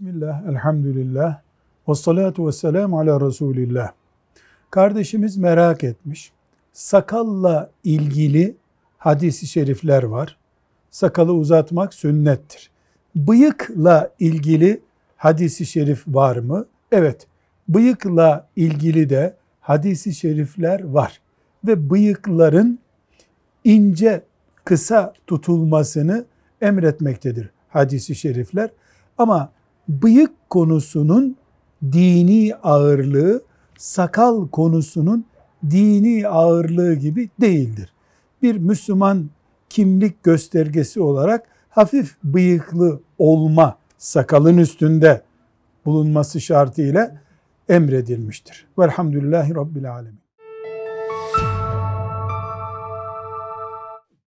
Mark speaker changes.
Speaker 1: Bismillah, elhamdülillah, ve salatu ve selamu ala Resulillah. Kardeşimiz merak etmiş. Sakalla ilgili hadis-i şerifler var. Sakalı uzatmak sünnettir. Bıyıkla ilgili hadis-i şerif var mı? Evet, bıyıkla ilgili de hadis-i şerifler var. Ve bıyıkların ince, kısa tutulmasını emretmektedir hadis-i şerifler. Ama bıyık konusunun dini ağırlığı, sakal konusunun dini ağırlığı gibi değildir. Bir Müslüman kimlik göstergesi olarak hafif bıyıklı olma, sakalın üstünde bulunması şartıyla emredilmiştir. Velhamdülillahi Rabbil Alemin.